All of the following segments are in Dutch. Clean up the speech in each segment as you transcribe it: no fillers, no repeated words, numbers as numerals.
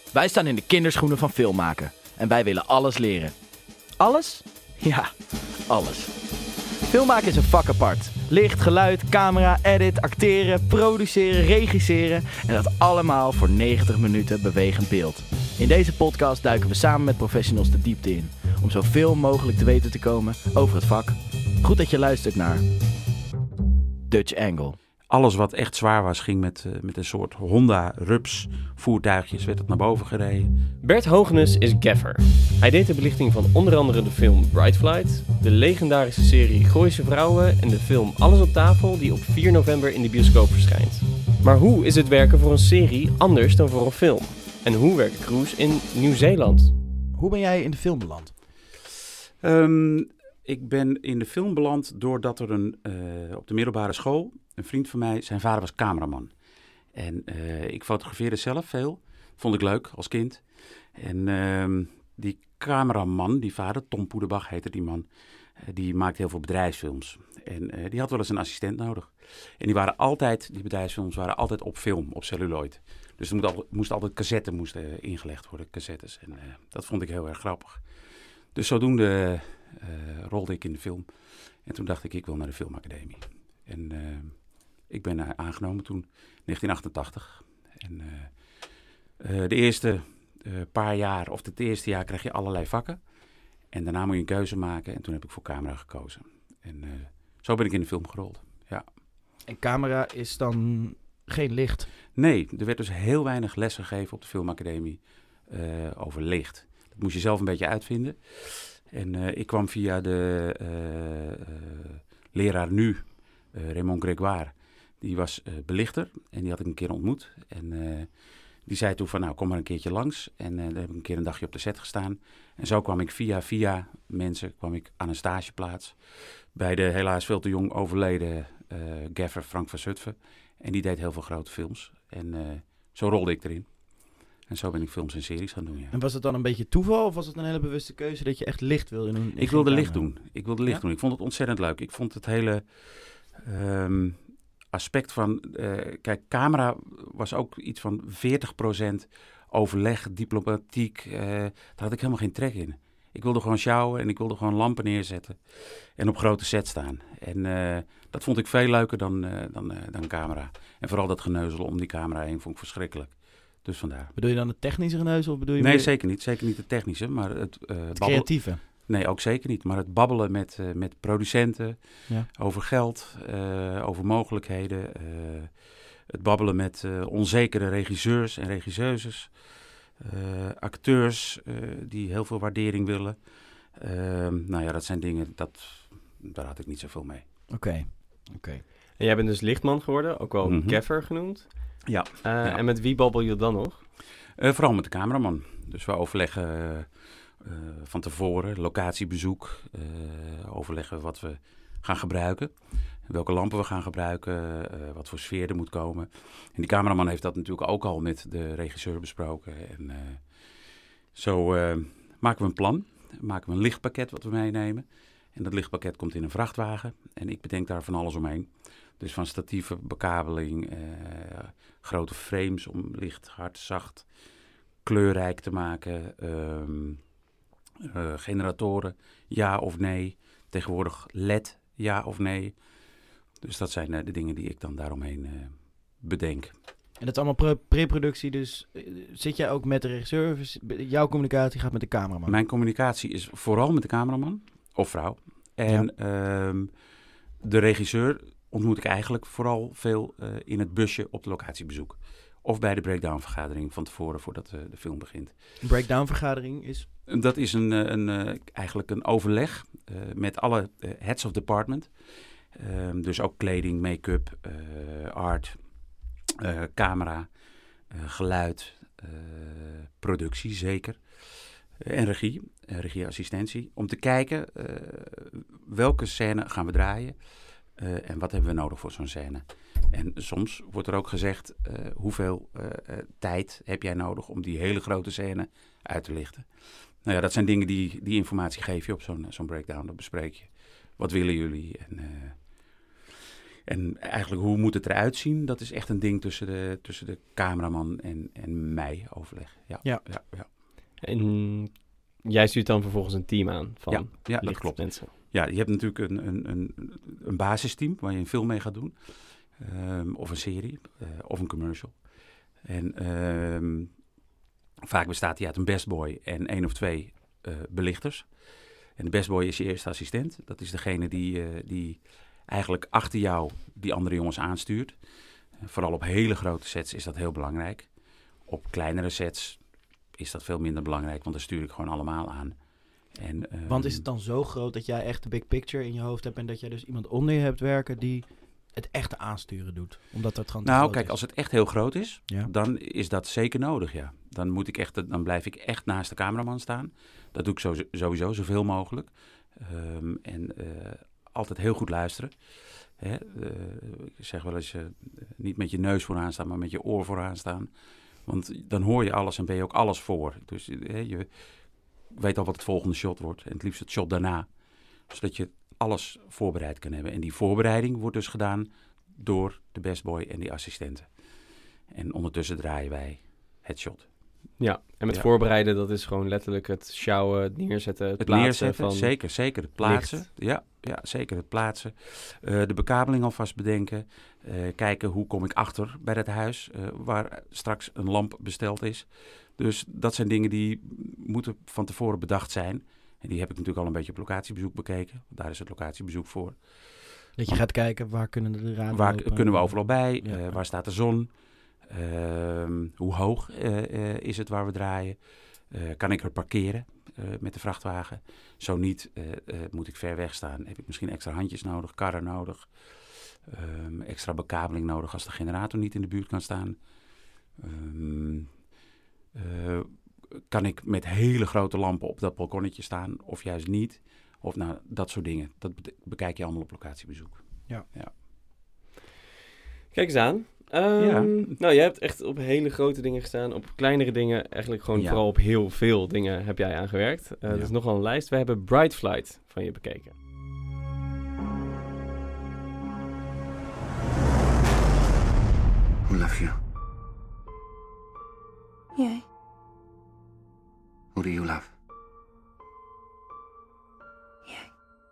Wij staan in de kinderschoenen van filmmaken en wij willen alles leren. Alles? Ja, alles. Filmmaken is een vak apart. Licht, geluid, camera, edit, acteren, produceren, regisseren en dat allemaal voor 90 minuten bewegend beeld. In deze podcast duiken we samen met professionals de diepte in, om zoveel mogelijk te weten te komen over het vak. Goed dat je luistert naar Dutch Angle. Alles wat echt zwaar was, ging met een soort Honda Rups voertuigjes, werd het naar boven gereden. Bert Hogenus is gaffer. Hij deed de belichting van onder andere de film Bright Flight, de legendarische serie Gooise Vrouwen en de film Alles op tafel die op 4 november in de bioscoop verschijnt. Maar hoe is het werken voor een serie anders dan voor een film? En hoe werken crews in Nieuw-Zeeland? Hoe ben jij in de film beland? Ik ben in de film beland doordat er op de middelbare school, een vriend van mij, zijn vader was cameraman. En ik fotografeerde zelf veel. Vond ik leuk als kind. En die cameraman, die vader, Tom Poederbach heette die man, die maakte heel veel bedrijfsfilms. En die had wel eens een assistent nodig. En die bedrijfsfilms waren altijd op film, op celluloid. Dus er moest altijd cassettes ingelegd worden, cassettes. En dat vond ik heel erg grappig. Dus zodoende rolde ik in de film. En toen dacht ik wil naar de filmacademie. En ik ben aangenomen toen, 1988. En de eerste paar jaar, of het eerste jaar, krijg je allerlei vakken. En daarna moet je een keuze maken. En toen heb ik voor camera gekozen. En zo ben ik in de film gerold, ja. En camera is dan geen licht? Nee, er werd dus heel weinig lessen gegeven op de filmacademie over licht. Dat moest je zelf een beetje uitvinden. En ik kwam via de leraar nu, Raymond Grégoire. Die was belichter en die had ik een keer ontmoet. En die zei toen van, nou, kom maar een keertje langs. En daar heb ik een keer een dagje op de set gestaan. En zo kwam ik via mensen aan een stageplaats bij de helaas veel te jong overleden gaffer Frank van Zutphen. En die deed heel veel grote films. En zo rolde ik erin. En zo ben ik films en series gaan doen, ja. En was het dan een beetje toeval of was het een hele bewuste keuze dat je echt licht wilde doen? Ik wilde licht doen. Ik vond het ontzettend leuk. Ik vond het hele aspect van... kijk, camera was ook iets van 40% overleg, diplomatiek. Daar had ik helemaal geen trek in. Ik wilde gewoon sjouwen en ik wilde gewoon lampen neerzetten. En op grote set staan. En dat vond ik veel leuker dan camera. En vooral dat geneuzel om die camera heen vond ik verschrikkelijk. Dus vandaar. Bedoel je dan het technische geneuzel? Of bedoel je nee, zeker niet. Zeker niet het technische, maar het creatieve? Nee, ook zeker niet. Maar het babbelen met producenten, over geld, over mogelijkheden. Het babbelen met onzekere regisseurs en regisseuses. Acteurs die heel veel waardering willen. Nou ja, dat zijn dingen, daar had ik niet zoveel mee. Oké. En jij bent dus lichtman geworden, ook wel gaffer genoemd. Ja. En met wie babbel je dan nog? Vooral met de cameraman. Dus we overleggen van tevoren, locatiebezoek, overleggen wat we gaan gebruiken, welke lampen we gaan gebruiken, wat voor sfeer er moet komen. En die cameraman heeft dat natuurlijk ook al met de regisseur besproken. En zo maken we een plan, maken we een lichtpakket wat we meenemen. En dat lichtpakket komt in een vrachtwagen en ik bedenk daar van alles omheen. Dus van statieven, bekabeling, grote frames om licht, hard, zacht, kleurrijk te maken. Generatoren, ja of nee. Tegenwoordig LED, ja of nee. Dus dat zijn de dingen die ik dan daaromheen bedenk. En dat is allemaal pre-productie, dus zit jij ook met de regisseur? Jouw communicatie gaat met de cameraman? Mijn communicatie is vooral met de cameraman of vrouw. En de regisseur ontmoet ik eigenlijk vooral veel in het busje op de locatiebezoek. Of bij de breakdown-vergadering van tevoren voordat de film begint. Een breakdown-vergadering is? Dat is eigenlijk een overleg met alle heads of department. Dus ook kleding, make-up, art, camera, geluid, productie zeker. En regieassistentie. Om te kijken welke scène gaan we draaien en wat hebben we nodig voor zo'n scène. En soms wordt er ook gezegd hoeveel tijd heb jij nodig om die hele grote scène uit te lichten. Nou ja, dat zijn dingen die informatie geef je op zo'n breakdown. Dat bespreek je. Wat willen jullie? En eigenlijk hoe moet het eruit zien, dat is echt een ding tussen de cameraman en mij overleg. Ja. En jij stuurt dan vervolgens een team aan van Ja, dat klopt. mensen. Ja, je hebt natuurlijk een basisteam waar je een film mee gaat doen. Of een serie, of een commercial. En vaak bestaat die uit een bestboy en 1 of 2 belichters. En de bestboy is je eerste assistent. Dat is degene die eigenlijk achter jou die andere jongens aanstuurt. Vooral op hele grote sets is dat heel belangrijk. Op kleinere sets is dat veel minder belangrijk, want daar stuur ik gewoon allemaal aan. Want is het dan zo groot dat jij echt de big picture in je hoofd hebt en dat jij dus iemand onder je hebt werken die het echte aansturen doet? Omdat dat gewoon Nou, kijk, als het echt heel groot is, Ja. dan is dat zeker nodig, ja. Dan blijf ik echt naast de cameraman staan. Dat doe ik sowieso zoveel mogelijk. Altijd heel goed luisteren. Hè? Ik zeg wel eens, niet met je neus vooraan staan, maar met je oor vooraan staan. Want dan hoor je alles en ben je ook alles voor. Dus je weet al wat het volgende shot wordt. En het liefst het shot daarna. Zodat je alles voorbereid kan hebben. En die voorbereiding wordt dus gedaan door de bestboy en die assistenten. En ondertussen draaien wij het shot. Ja, en met voorbereiden, dat is gewoon letterlijk het sjouwen, het neerzetten, het plaatsen neerzetten, van... Zeker het plaatsen. licht. Ja, zeker het plaatsen. De bekabeling alvast bedenken. Kijken hoe kom ik achter bij het huis waar straks een lamp besteld is. Dus dat zijn dingen die moeten van tevoren bedacht zijn. En die heb ik natuurlijk al een beetje op locatiebezoek bekeken. Daar is het locatiebezoek voor. Dat je gaat kijken, waar kunnen de raden Waar lopen? kunnen we overal bij? Ja. Waar staat de zon? Hoe hoog is het waar we draaien? Kan ik er parkeren met de vrachtwagen? Zo niet, moet ik ver weg staan. Heb ik misschien extra handjes nodig, karren nodig. Extra bekabeling nodig als de generator niet in de buurt kan staan. Kan ik met hele grote lampen op dat balkonnetje staan of juist niet? Of nou, dat soort dingen. Dat bekijk je allemaal op locatiebezoek. Ja. Kijk eens aan. Nou, jij hebt echt op hele grote dingen gestaan. Op kleinere dingen, eigenlijk gewoon vooral op heel veel dingen heb jij aangewerkt. Dat is nogal een lijst. We hebben Bright Flight van je bekeken. Who loves you? Jij. Who do you love? Jij.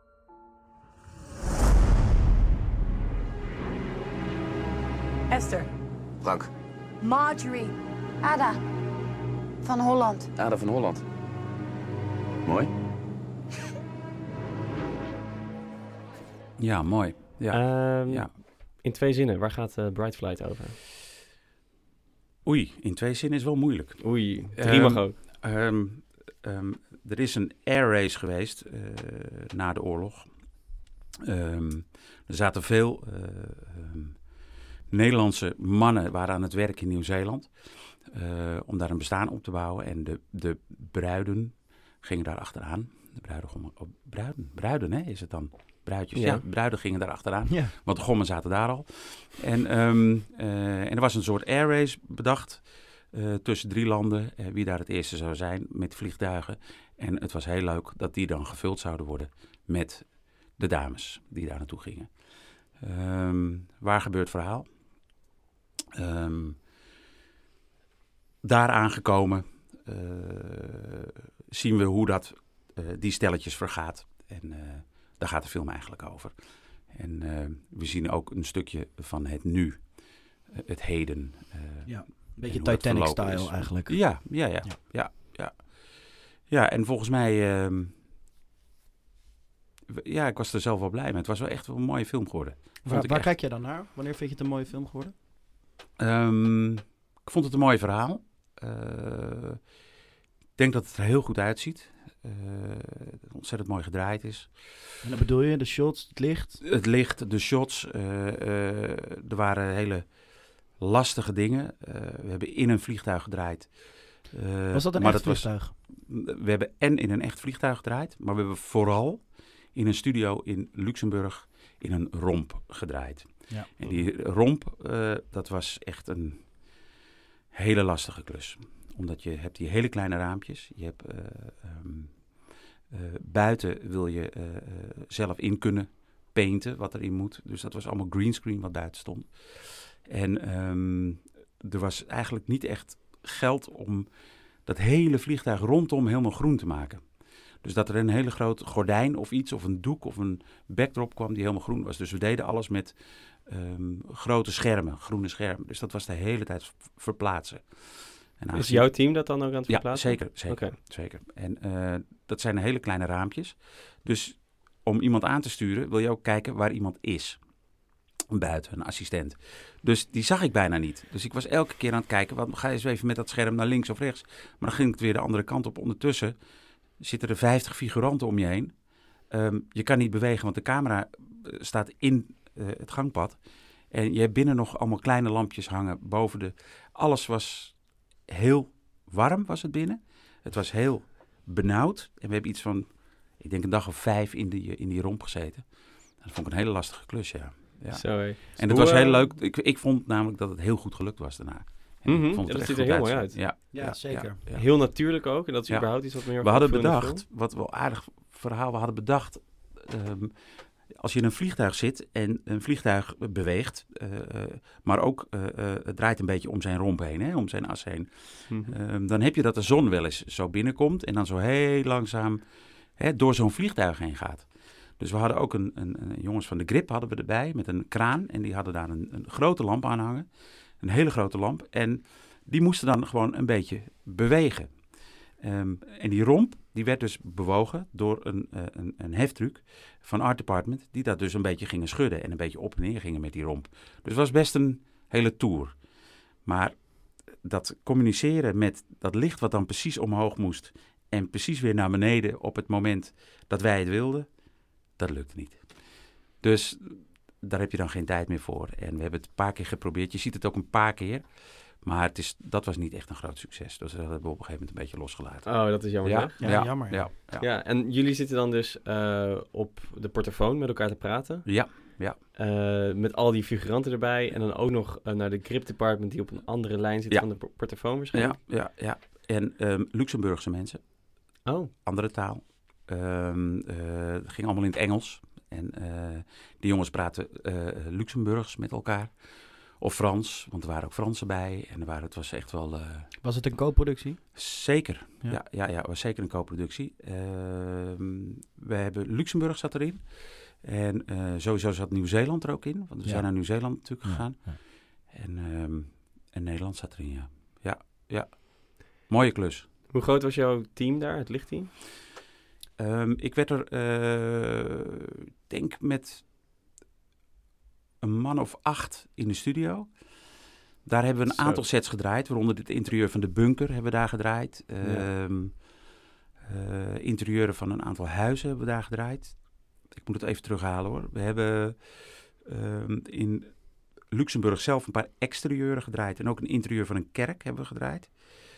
Esther. Frank. Marjorie. Ada. Van Holland. Ada van Holland. Mooi. Ja, mooi. Ja. In 2 zinnen, waar gaat Bright Flight over? Oei, in 2 zinnen is wel moeilijk. Oei, 3 mag ook. Er is een air race geweest na de oorlog. Er zaten veel Nederlandse mannen waren aan het werk in Nieuw-Zeeland om daar een bestaan op te bouwen. En de bruiden gingen daar achteraan. De bruiden hè, is het dan? Bruidjes, ja. Bruiden gingen daar achteraan, want de gommen zaten daar al. En er was een soort air race bedacht tussen 3 landen, wie daar het eerste zou zijn met vliegtuigen. En het was heel leuk dat die dan gevuld zouden worden met de dames die daar naartoe gingen. Waar gebeurt het verhaal? Daar aangekomen zien we hoe dat die stelletjes vergaat. En daar gaat de film eigenlijk over. En we zien ook een stukje van het nu, het heden. Een beetje Titanic-style eigenlijk. Ja. Ja, en volgens mij... ik was er zelf wel blij mee. Het was wel echt wel een mooie film geworden. Waar kijk je dan naar? Wanneer vind je het een mooie film geworden? Ik vond het een mooi verhaal. Ik denk dat het er heel goed uitziet. Ontzettend mooi gedraaid is. En dan bedoel je de shots, het licht? Het licht, de shots. Er waren hele lastige dingen. We hebben in een vliegtuig gedraaid. Was dat een echt vliegtuig? We hebben in een echt vliegtuig gedraaid. Maar we hebben vooral in een studio in Luxemburg in een romp gedraaid. Ja. En die romp, dat was echt een hele lastige klus. Omdat je hebt die hele kleine raampjes. Je hebt buiten wil je zelf in kunnen painten wat erin moet. Dus dat was allemaal greenscreen wat buiten stond. En er was eigenlijk niet echt geld om dat hele vliegtuig rondom helemaal groen te maken. Dus dat er een hele grote gordijn of iets, of een doek of een backdrop kwam die helemaal groen was. Dus we deden alles met grote schermen, groene schermen. Dus dat was de hele tijd verplaatsen. En Is jouw team dat dan ook aan het ja, verplaatsen? zeker. Oké. Zeker. En dat zijn hele kleine raampjes. Dus om iemand aan te sturen wil je ook kijken waar iemand is. Buiten, een assistent. Dus die zag ik bijna niet. Dus ik was elke keer aan het kijken, want ga eens even met dat scherm naar links of rechts. Maar dan ging het weer de andere kant op. Ondertussen zitten er 50 figuranten om je heen. Je kan niet bewegen, want de camera staat in het gangpad. En je hebt binnen nog allemaal kleine lampjes hangen boven de... Alles was heel warm, was het binnen. Het was heel benauwd. En we hebben iets van, ik denk een dag of 5 in die romp gezeten. Dat vond ik een hele lastige klus, ja. Zo, hé. En het was heel leuk. Ik vond namelijk dat het heel goed gelukt was daarna. En ik vond het dat echt ziet er goed heel mooi uitzien. uit. Ja, zeker. ja. Heel natuurlijk ook. En dat is Ja. überhaupt iets wat meer... We hadden opvallend bedacht, film. wat wel aardig verhaal, we hadden bedacht... als je in een vliegtuig zit en een vliegtuig beweegt... maar ook het draait een beetje om zijn romp heen, hè, om zijn as heen... dan heb je dat de zon wel eens zo binnenkomt... en dan zo heel langzaam door zo'n vliegtuig heen gaat. Dus we hadden ook een jongens van de Grip hadden we erbij met een kraan... en die hadden daar een grote lamp aan hangen. Een hele grote lamp. En die moesten dan gewoon een beetje bewegen. En die romp, die werd dus bewogen door een heftruck van Art Department... die dat dus een beetje gingen schudden en een beetje op en neer gingen met die romp. Dus het was best een hele tour. Maar dat communiceren met dat licht wat dan precies omhoog moest... en precies weer naar beneden op het moment dat wij het wilden... dat lukte niet. Dus daar heb je dan geen tijd meer voor. En we hebben het een paar keer geprobeerd. Je ziet het ook een paar keer... Maar dat was niet echt een groot succes. Dus dat hebben we op een gegeven moment een beetje losgelaten. Oh, dat is jammer. Ja, zeg. Ja, jammer. Ja. En jullie zitten dan dus op de portofoon met elkaar te praten. Ja. Met al die figuranten erbij. En dan ook nog naar de Grip Department die op een andere lijn zit van de portofoon waarschijnlijk. Ja. En Luxemburgse mensen. Oh. Andere taal. Het ging allemaal in het Engels. En die jongens praten Luxemburgs met elkaar. Of Frans, want er waren ook Fransen bij. En het was echt wel... Was het een co-productie? Zeker. Ja. Ja, het was zeker een co-productie. We hebben Luxemburg zat erin. En sowieso zat Nieuw-Zeeland er ook in. Want we zijn naar Nieuw-Zeeland natuurlijk gegaan. Ja. En Nederland zat erin, ja. Mooie klus. Hoe groot was jouw team daar, het lichtteam? Ik werd er, denk met een man of 8 in de studio. Daar hebben we een aantal sets gedraaid, waaronder het interieur van de bunker hebben we daar gedraaid. Interieuren van een aantal huizen hebben we daar gedraaid. Ik moet het even terughalen hoor. We hebben in Luxemburg zelf een paar exterieuren gedraaid. En ook een interieur van een kerk hebben we gedraaid.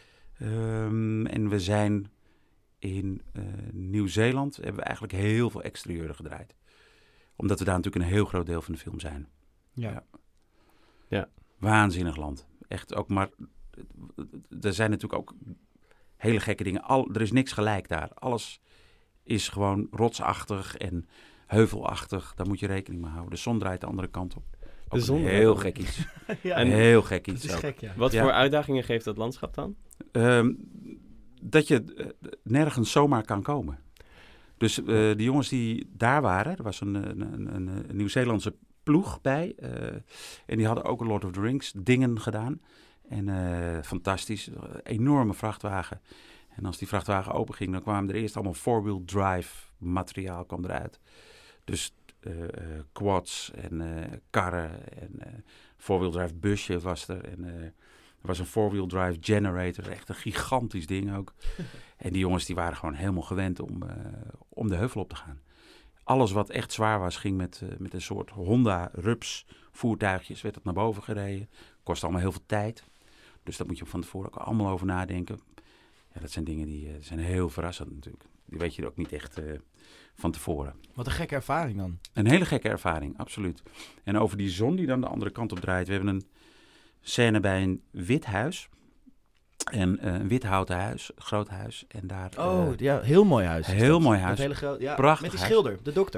En we zijn in Nieuw-Zeeland hebben we eigenlijk heel veel exterieuren gedraaid. Omdat we daar natuurlijk een heel groot deel van de film zijn. Ja. Waanzinnig land. Echt ook, maar er zijn natuurlijk ook hele gekke dingen. Er is niks gelijk daar. Alles is gewoon rotsachtig en heuvelachtig. Daar moet je rekening mee houden. De zon draait de andere kant op. Ook De zon een heel gek iets. Ja, Een heel gek iets. dat is ook. gek, ja. Wat voor uitdagingen geeft dat landschap dan? Dat je nergens zomaar kan komen. Dus de jongens die daar waren, er was een Nieuw-Zeelandse ploeg bij. En die hadden ook een Lord of the Rings dingen gedaan. En fantastisch, enorme vrachtwagen. En als die vrachtwagen open ging, dan kwamen er eerst allemaal four-wheel drive materiaal kwam eruit. Dus quads en karren en four-wheel drive busje was er. En er was een four-wheel drive generator, echt een gigantisch ding ook. En die jongens die waren gewoon helemaal gewend om de heuvel op te gaan. Alles wat echt zwaar was, ging met een soort Honda Rups voertuigjes, werd het naar boven gereden. Kost allemaal heel veel tijd. Dus daar moet je van tevoren ook allemaal over nadenken. Ja, dat zijn dingen die zijn heel verrassend natuurlijk. Die weet je ook niet echt van tevoren. Wat een gekke ervaring dan. Een hele gekke ervaring, absoluut. En over die zon die dan de andere kant op draait. We hebben een scène bij een wit huis. En een wit houten huis, groot huis. En daar, Ja, heel mooi huis. heel mooi huis. Dat hele groot, ja, Prachtig met die huis. schilder, de dokter. Ja,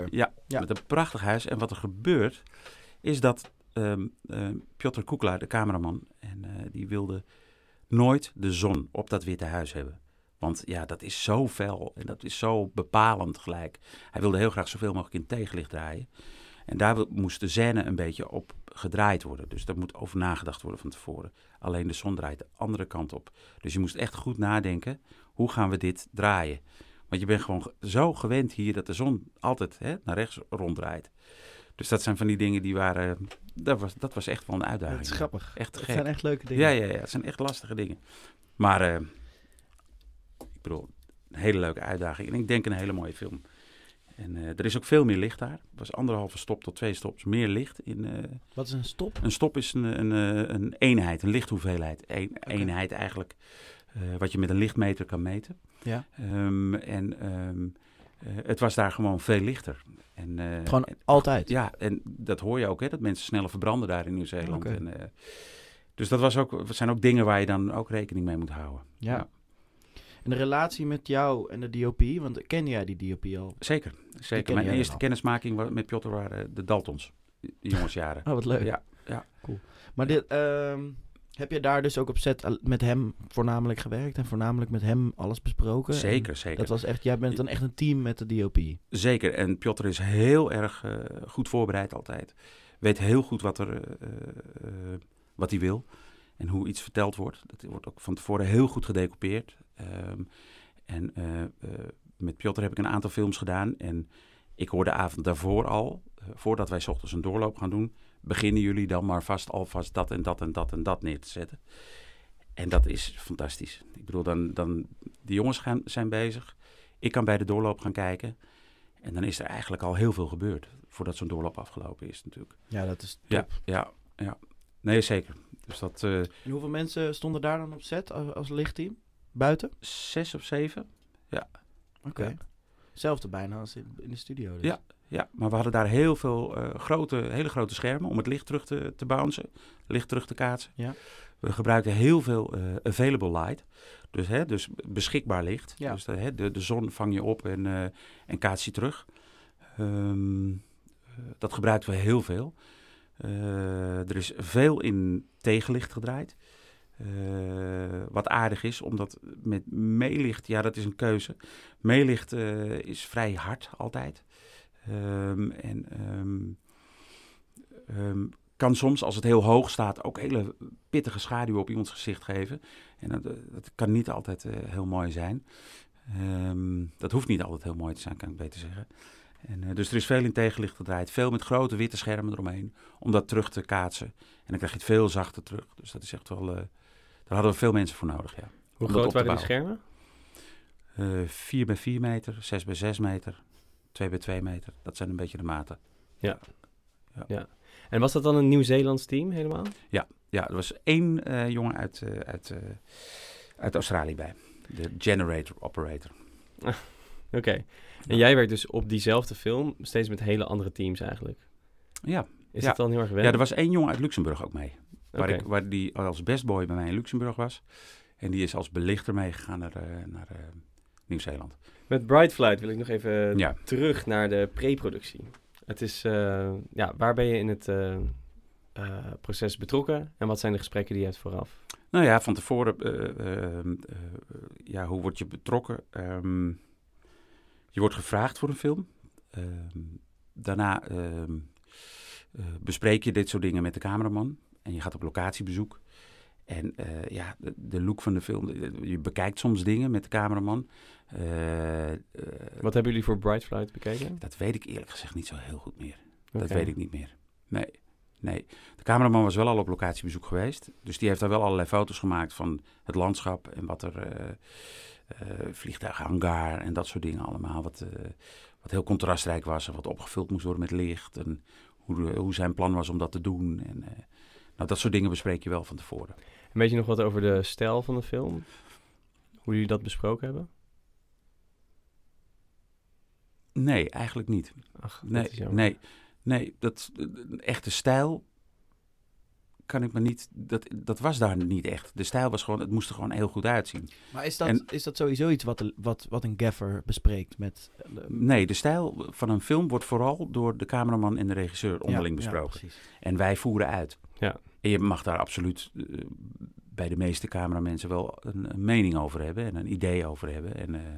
Ja. Met een prachtig huis. En wat er gebeurt, is dat Piotr Kukla, de cameraman, en die wilde nooit de zon op dat witte huis hebben. Want ja, dat is zo fel en dat is zo bepalend gelijk. Hij wilde heel graag zoveel mogelijk in tegenlicht draaien. En daar moest de scène een beetje op gedraaid worden. Dus daar moet over nagedacht worden van tevoren. Alleen de zon draait de andere kant op. Dus je moest echt goed nadenken, hoe gaan we dit draaien? Want je bent gewoon zo gewend hier dat de zon altijd naar rechts ronddraait. Dus dat zijn van die dingen die waren... Dat was echt wel een uitdaging. Dat is grappig. Echt Het gek. zijn echt leuke dingen. Ja, het zijn echt lastige dingen. Maar ik bedoel, een hele leuke uitdaging. En ik denk een hele mooie film. En er is ook veel meer licht daar. Het was 1,5 stop tot 2 stops meer licht. Wat is een stop? Een stop is een eenheid, een lichthoeveelheid. Eenheid eigenlijk, wat je met een lichtmeter kan meten. Ja. Het was daar gewoon veel lichter. Gewoon altijd? Ja, en dat hoor je ook, hè, dat mensen sneller verbranden daar in Nieuw-Zeeland. Okay. Dus dat zijn ook dingen waar je dan ook rekening mee moet houden. Ja. En de relatie met jou en de DOP, want ken jij die DOP al? Zeker. Mijn eerste kennismaking met Piotr waren de Daltons, de jongensjaren. Oh, wat leuk. Ja. Cool. Maar heb je daar dus ook op set met hem voornamelijk gewerkt en voornamelijk met hem alles besproken? Zeker. Dat was echt, jij bent dan echt een team met de DOP. Zeker. En Piotr is heel erg goed voorbereid altijd. Weet heel goed wat hij wil en hoe iets verteld wordt. Dat wordt ook van tevoren heel goed gedecoupeerd. Met Piotr heb ik een aantal films gedaan. En ik hoor de avond daarvoor al, voordat wij 's ochtends een doorloop gaan doen, beginnen jullie dan maar alvast dat en dat en dat en dat neer te zetten. En dat is fantastisch. Ik bedoel, dan de jongens zijn bezig. Ik kan bij de doorloop gaan kijken. En dan is er eigenlijk al heel veel gebeurd voordat zo'n doorloop afgelopen is natuurlijk. Ja, dat is top. Ja. Nee, zeker. Dus dat... En hoeveel mensen stonden daar dan op set als lichtteam? Buiten? 6 of 7. Ja. Oké. Ja. Hetzelfde bijna als in de studio dus. Ja, maar we hadden daar heel veel hele grote schermen om het licht terug te bouncen, licht terug te kaatsen. Ja. We gebruikten heel veel available light, dus beschikbaar licht. Ja. Dus de zon vang je op en kaats je terug. Dat gebruikten we heel veel. Er is veel in tegenlicht gedraaid. Wat aardig is, omdat met meelicht, ja, dat is een keuze. Meelicht is vrij hard altijd. Kan soms, als het heel hoog staat, ook hele pittige schaduw op iemands gezicht geven. En dat kan niet altijd heel mooi zijn. Dat hoeft niet altijd heel mooi te zijn, kan ik beter zeggen. Dus er is veel in tegenlicht gedraaid. Veel met grote witte schermen eromheen, om dat terug te kaatsen. En dan krijg je het veel zachter terug. Dus dat is echt wel... daar hadden we veel mensen voor nodig, ja. Hoe groot waren die schermen? 4 bij 4 meter, 6 bij 6 meter, 2 bij 2 meter. Dat zijn een beetje de maten. Ja. En was dat dan een Nieuw-Zeelands team helemaal? Ja, er was 1 jongen uit Australië bij. De generator operator. Oké. En jij werkt dus op diezelfde film steeds met hele andere teams eigenlijk? Ja. Is dat dan heel erg wennen? Ja, er was 1 jongen uit Luxemburg ook mee. Okay. Waar die als bestboy bij mij in Luxemburg was. En die is als belichter meegegaan naar Nieuw-Zeeland. Met Bright Flight wil ik nog even terug naar de pre-productie. Het is, waar ben je in het proces betrokken en wat zijn de gesprekken die je hebt vooraf? Nou ja, van tevoren, hoe word je betrokken? Je wordt gevraagd voor een film. Daarna bespreek je dit soort dingen met de cameraman. En je gaat op locatiebezoek. En de look van de film. Je bekijkt soms dingen met de cameraman. Wat hebben jullie voor Bright Flight bekeken? Dat weet ik eerlijk gezegd niet zo heel goed meer. Okay. Dat weet ik niet meer. Nee. De cameraman was wel al op locatiebezoek geweest. Dus die heeft daar wel allerlei foto's gemaakt van het landschap. En wat er... vliegtuighangar en dat soort dingen allemaal. Wat heel contrastrijk was en wat opgevuld moest worden met licht. En hoe zijn plan was om dat te doen. En dat soort dingen bespreek je wel van tevoren. En weet je nog wat over de stijl van de film? Hoe jullie dat besproken hebben? Nee, eigenlijk niet. Ach, nee, de echte stijl kan ik me niet... Dat was daar niet echt. De stijl was gewoon... Het moest er gewoon heel goed uitzien. Maar is dat sowieso iets wat een gaffer bespreekt met... Nee, de stijl van een film wordt vooral door de cameraman en de regisseur onderling besproken. precies. En wij voeren uit. Ja. En je mag daar absoluut bij de meeste cameramensen wel een mening over hebben en een idee over hebben.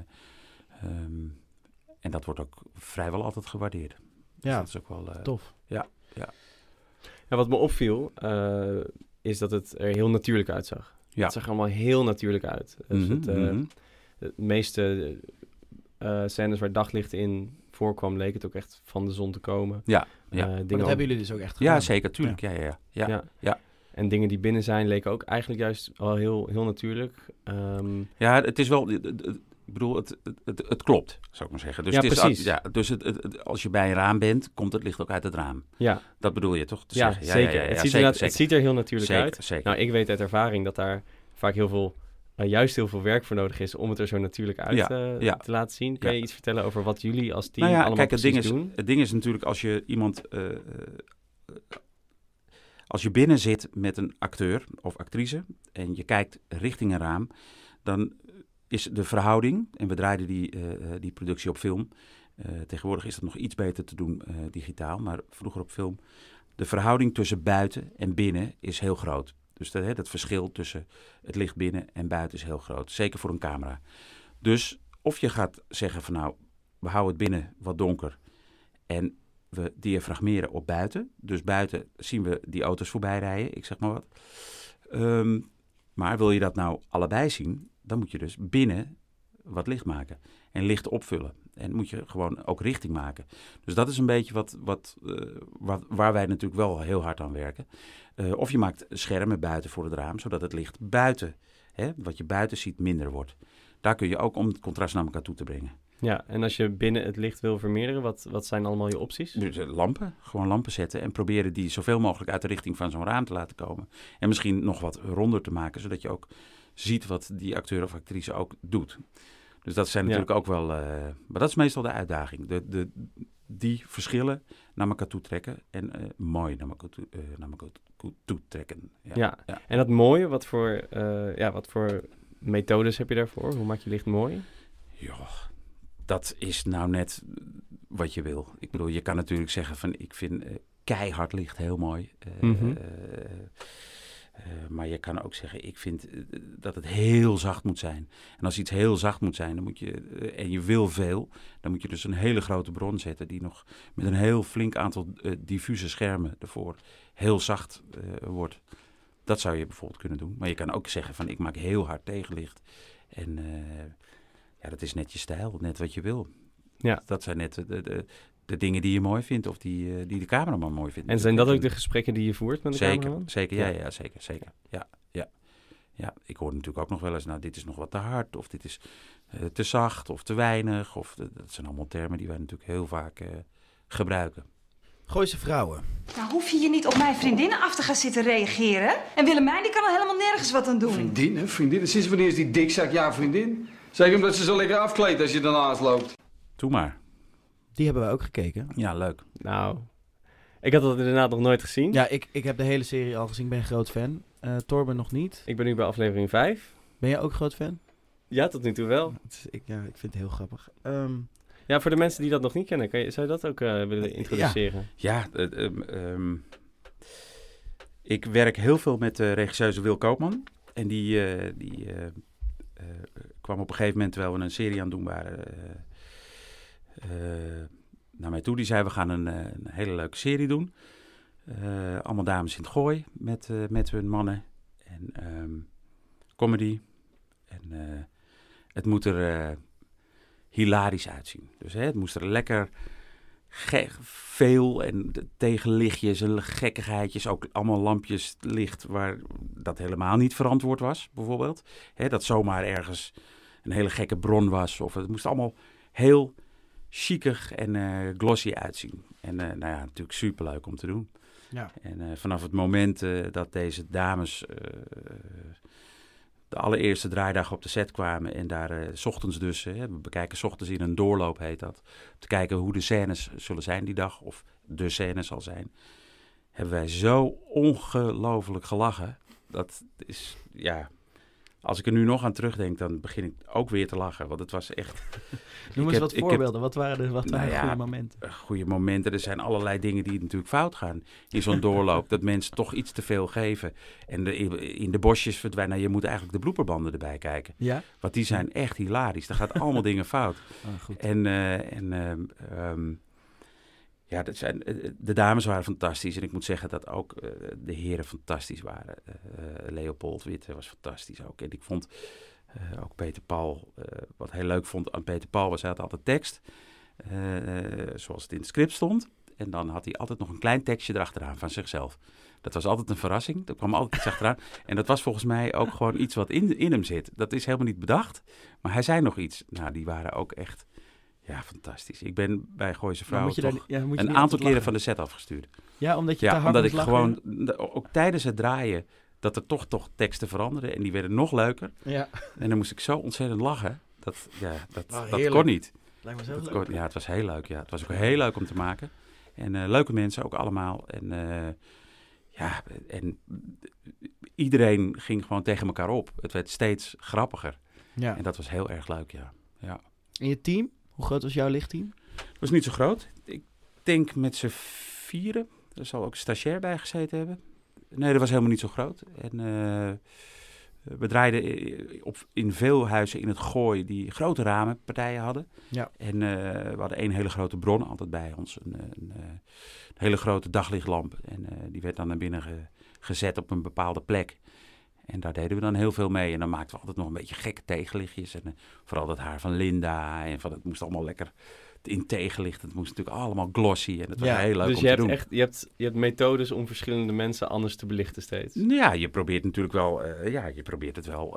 En dat wordt ook vrijwel altijd gewaardeerd. Dus Ja, dat is ook wel tof. Ja. Ja, wat me opviel, is dat het er heel natuurlijk uitzag. Ja. Het zag er allemaal heel natuurlijk uit. Dus Mhm. de meeste scènes waar daglicht in voorkwam, leek het ook echt van de zon te komen. Ja. Dingen Maar dat ook- hebben jullie dus ook echt gedaan. Ja, zeker, tuurlijk. Ja. En dingen die binnen zijn, leken ook eigenlijk juist al heel, heel natuurlijk. Ja, het is wel... Ik bedoel, het klopt, zou ik maar zeggen. Dus Ja, het is, precies. Dus als je bij een raam bent, komt het licht ook uit het raam. Ja, Dat bedoel je toch te ja, zeggen? zeker. Het ziet er heel natuurlijk uit. Zeker. Nou, ik weet uit ervaring dat daar vaak juist heel veel werk voor nodig is om het er zo natuurlijk uit te laten zien. Kan je iets vertellen over wat jullie als team allemaal kijk, precies doen? Het ding is natuurlijk als je iemand... als je binnen zit met een acteur of actrice en je kijkt richting een raam, dan is de verhouding, en we draaiden die productie op film, tegenwoordig is dat nog iets beter te doen digitaal, maar vroeger op film, de verhouding tussen buiten en binnen is heel groot. Dus dat verschil tussen het licht binnen en buiten is heel groot, zeker voor een camera. Dus of je gaat zeggen van nou, we houden het binnen wat donker en we diafragmeren op buiten. Dus buiten zien we die auto's voorbij rijden, ik zeg maar wat. Maar wil je dat nou allebei zien, dan moet je dus binnen wat licht maken en licht opvullen. En moet je gewoon ook richting maken. Dus dat is een beetje waar wij natuurlijk wel heel hard aan werken. Of je maakt schermen buiten voor het raam, zodat het licht buiten, wat je buiten ziet, minder wordt. Daar kun je ook om het contrast naar elkaar toe te brengen. Ja, en als je binnen het licht wil vermeerderen, wat zijn allemaal je opties? Dus gewoon lampen zetten en proberen die zoveel mogelijk uit de richting van zo'n raam te laten komen. En misschien nog wat ronder te maken, zodat je ook ziet wat die acteur of actrice ook doet. Dus dat zijn natuurlijk ook wel... maar dat is meestal de uitdaging. Die verschillen naar elkaar toe trekken en mooi naar elkaar toe trekken. Ja. En dat mooie, wat voor methodes heb je daarvoor? Hoe maak je licht mooi? Ja, dat is nou net wat je wil. Ik bedoel, je kan natuurlijk zeggen van ik vind keihard licht heel mooi. Maar je kan ook zeggen, ik vind dat het heel zacht moet zijn. En als iets heel zacht moet zijn, dan moet je, en je wil veel, dan moet je dus een hele grote bron zetten die nog met een heel flink aantal diffuse schermen ervoor heel zacht wordt. Dat zou je bijvoorbeeld kunnen doen. Maar je kan ook zeggen van ik maak heel hard tegenlicht. En dat is net je stijl, net wat je wil. Ja. Dat zijn net de dingen die je mooi vindt of die de cameraman mooi vindt. En zijn dat ook de gesprekken die je voert met de cameraman? Zeker, zeker. Ja, ik hoor natuurlijk ook nog wel eens, nou, dit is nog wat te hard, of dit is te zacht, of te weinig. Dat zijn allemaal termen die wij natuurlijk heel vaak gebruiken. Gooise vrouwen. Nou hoef je niet op mijn vriendinnen af te gaan zitten reageren. En Willemijn die kan er helemaal nergens wat aan doen. Vriendin. Sinds wanneer is die dikzak jouw vriendin? Zeker omdat ze zo lekker afkleedt als je ernaast loopt. Doe maar. Die hebben wij ook gekeken. Ja, leuk. Nou, ik had dat inderdaad nog nooit gezien. Ja, ik heb de hele serie al gezien. Ik ben een groot fan. Torben nog niet. Ik ben nu bij aflevering 5. Ben jij ook groot fan? Ja, tot nu toe wel. Ik vind het heel grappig. Ja, voor de mensen die dat nog niet kennen, zou je dat ook willen introduceren? Ja, ik werk heel veel met de regisseuse Wil Koopman. En die kwam op een gegeven moment, terwijl we een serie aan het doen waren, naar mij toe. Die zei, we gaan een hele leuke serie doen. Allemaal dames in het gooi met hun mannen. En comedy. En het moet er hilarisch uitzien. Dus het moest er lekker veel en tegenlichtjes en gekkigheidjes. Ook allemaal lampjes licht waar dat helemaal niet verantwoord was, bijvoorbeeld. Dat zomaar ergens een hele gekke bron was. Of het moest allemaal heel chicig en glossy uitzien. En natuurlijk superleuk om te doen. Ja. En vanaf het moment dat deze dames de allereerste draaidag op de set kwamen en daar 's ochtends dus, we bekijken 's ochtends in een doorloop heet dat, te kijken hoe de scènes zullen zijn die dag of de scène zal zijn. hebben wij zo ongelooflijk gelachen. Dat is, ja... Als ik er nu nog aan terugdenk, dan begin ik ook weer te lachen. Want het was echt... Noem eens wat voorbeelden. Wat waren goede momenten? Goede momenten. Er zijn allerlei dingen die natuurlijk fout gaan in zo'n doorloop. Dat mensen toch iets te veel geven. En in de bosjes verdwijnen. Nou, je moet eigenlijk de blooperbanden erbij kijken. Ja? Want die zijn echt hilarisch. Er gaat allemaal dingen fout. Goed. Ja, de dames waren fantastisch. En ik moet zeggen dat ook de heren fantastisch waren. Leopold Witte was fantastisch ook. En ik vond ook Peter Paul... wat heel leuk vond aan Peter Paul was... hij had altijd tekst. Zoals het in het script stond. En dan had hij altijd nog een klein tekstje erachteraan van zichzelf. Dat was altijd een verrassing. Er kwam altijd iets achteraan. En dat was volgens mij ook gewoon iets wat in hem zit. Dat is helemaal niet bedacht. Maar hij zei nog iets. Nou, die waren ook echt... Ja, fantastisch. Ik ben bij Gooise Vrouwen toch een aantal keren van de set afgestuurd. Ja, omdat je te hard omdat ik lachen, gewoon, ook tijdens het draaien, dat er toch teksten veranderden. En die werden nog leuker. Ja. En dan moest ik zo ontzettend lachen. Dat heerlijk. kon niet. Lijkt me zo leuk. Ja, het was heel leuk. Ja. Het was ook heel leuk om te maken. En leuke mensen ook allemaal. En iedereen ging gewoon tegen elkaar op. Het werd steeds grappiger. Ja. En dat was heel erg leuk, ja. En je team? Hoe groot was jouw lichtteam? Het was niet zo groot. Ik denk met z'n 4. Er zal ook een stagiair bij gezeten hebben. Nee, dat was helemaal niet zo groot. En we draaiden in veel huizen in het Gooi die grote ramenpartijen hadden. Ja. En we hadden 1 hele grote bron altijd bij ons. Een hele grote daglichtlamp. En die werd dan naar binnen gezet op een bepaalde plek. En daar deden we dan heel veel mee. En dan maakten we altijd nog een beetje gekke tegenlichtjes. En vooral dat haar van Linda. En het moest allemaal lekker in tegenlicht. Het moest natuurlijk allemaal glossy. En het was heel leuk dus om te doen. Dus je hebt methodes om verschillende mensen anders te belichten steeds. Ja, je probeert natuurlijk wel... je probeert het wel...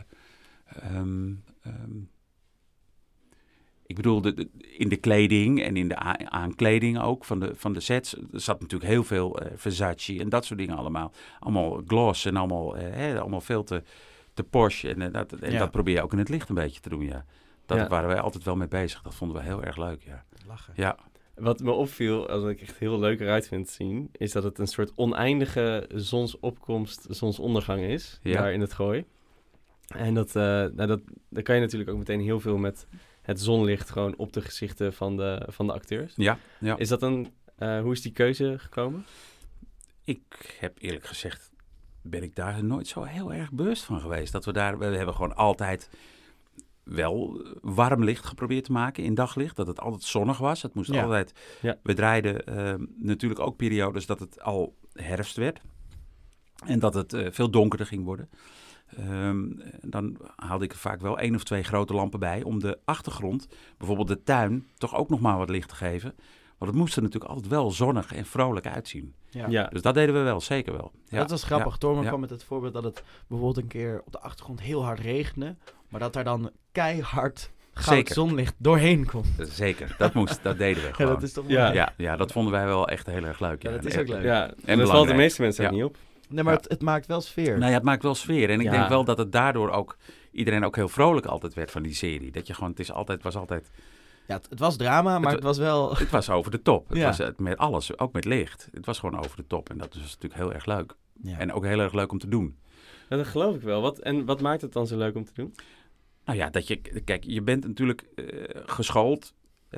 ik bedoel, in de kleding en in de aankleding ook van de sets... Er zat natuurlijk heel veel Versace en dat soort dingen allemaal. Allemaal gloss en allemaal veel te posh. En dat probeer je ook in het licht een beetje te doen, ja. Daar waren wij altijd wel mee bezig. Dat vonden we heel erg leuk, ja. Lachen. Ja. Wat me opviel, wat ik echt heel leuk eruit vind te zien... is dat het een soort oneindige zonsopkomst, zonsondergang is. Ja. Daar in het Gooi. En daar kan je natuurlijk ook meteen heel veel met... het zonlicht gewoon op de gezichten van de acteurs. Ja. Is dat hoe is die keuze gekomen? Ik heb eerlijk gezegd, ben ik daar nooit zo heel erg bewust van geweest. We hebben gewoon altijd wel warm licht geprobeerd te maken in daglicht. Dat het altijd zonnig was. Het moest altijd... Ja. We draaiden natuurlijk ook periodes dat het al herfst werd. En dat het veel donkerder ging worden. Dan haalde ik er vaak wel 1 of 2 grote lampen bij om de achtergrond, bijvoorbeeld de tuin, toch ook nog maar wat licht te geven. Want het moest er natuurlijk altijd wel zonnig en vrolijk uitzien. Ja. Dus dat deden we wel, zeker wel. Ja. Dat was grappig. Tormen kwam met het voorbeeld dat het bijvoorbeeld een keer op de achtergrond heel hard regende, maar dat er dan keihard goud zonlicht doorheen komt. Zeker, dat deden we gewoon. Ja, dat is toch mooi. Ja, dat vonden wij wel echt heel erg leuk. Ja, dat is ook leuk. Ja, en dat valt de meeste mensen ook niet op. Nee, maar het maakt wel sfeer. Nou ja, het maakt wel sfeer. En ik denk wel dat het daardoor ook iedereen ook heel vrolijk altijd werd van die serie. Dat je gewoon, het was altijd... Ja, het was drama, maar het was wel... Het was over de top. Het was met alles, ook met licht. Het was gewoon over de top. En dat is natuurlijk heel erg leuk. Ja. En ook heel erg leuk om te doen. Ja, dat geloof ik wel. Wat maakt het dan zo leuk om te doen? Nou ja, kijk, je bent natuurlijk geschoold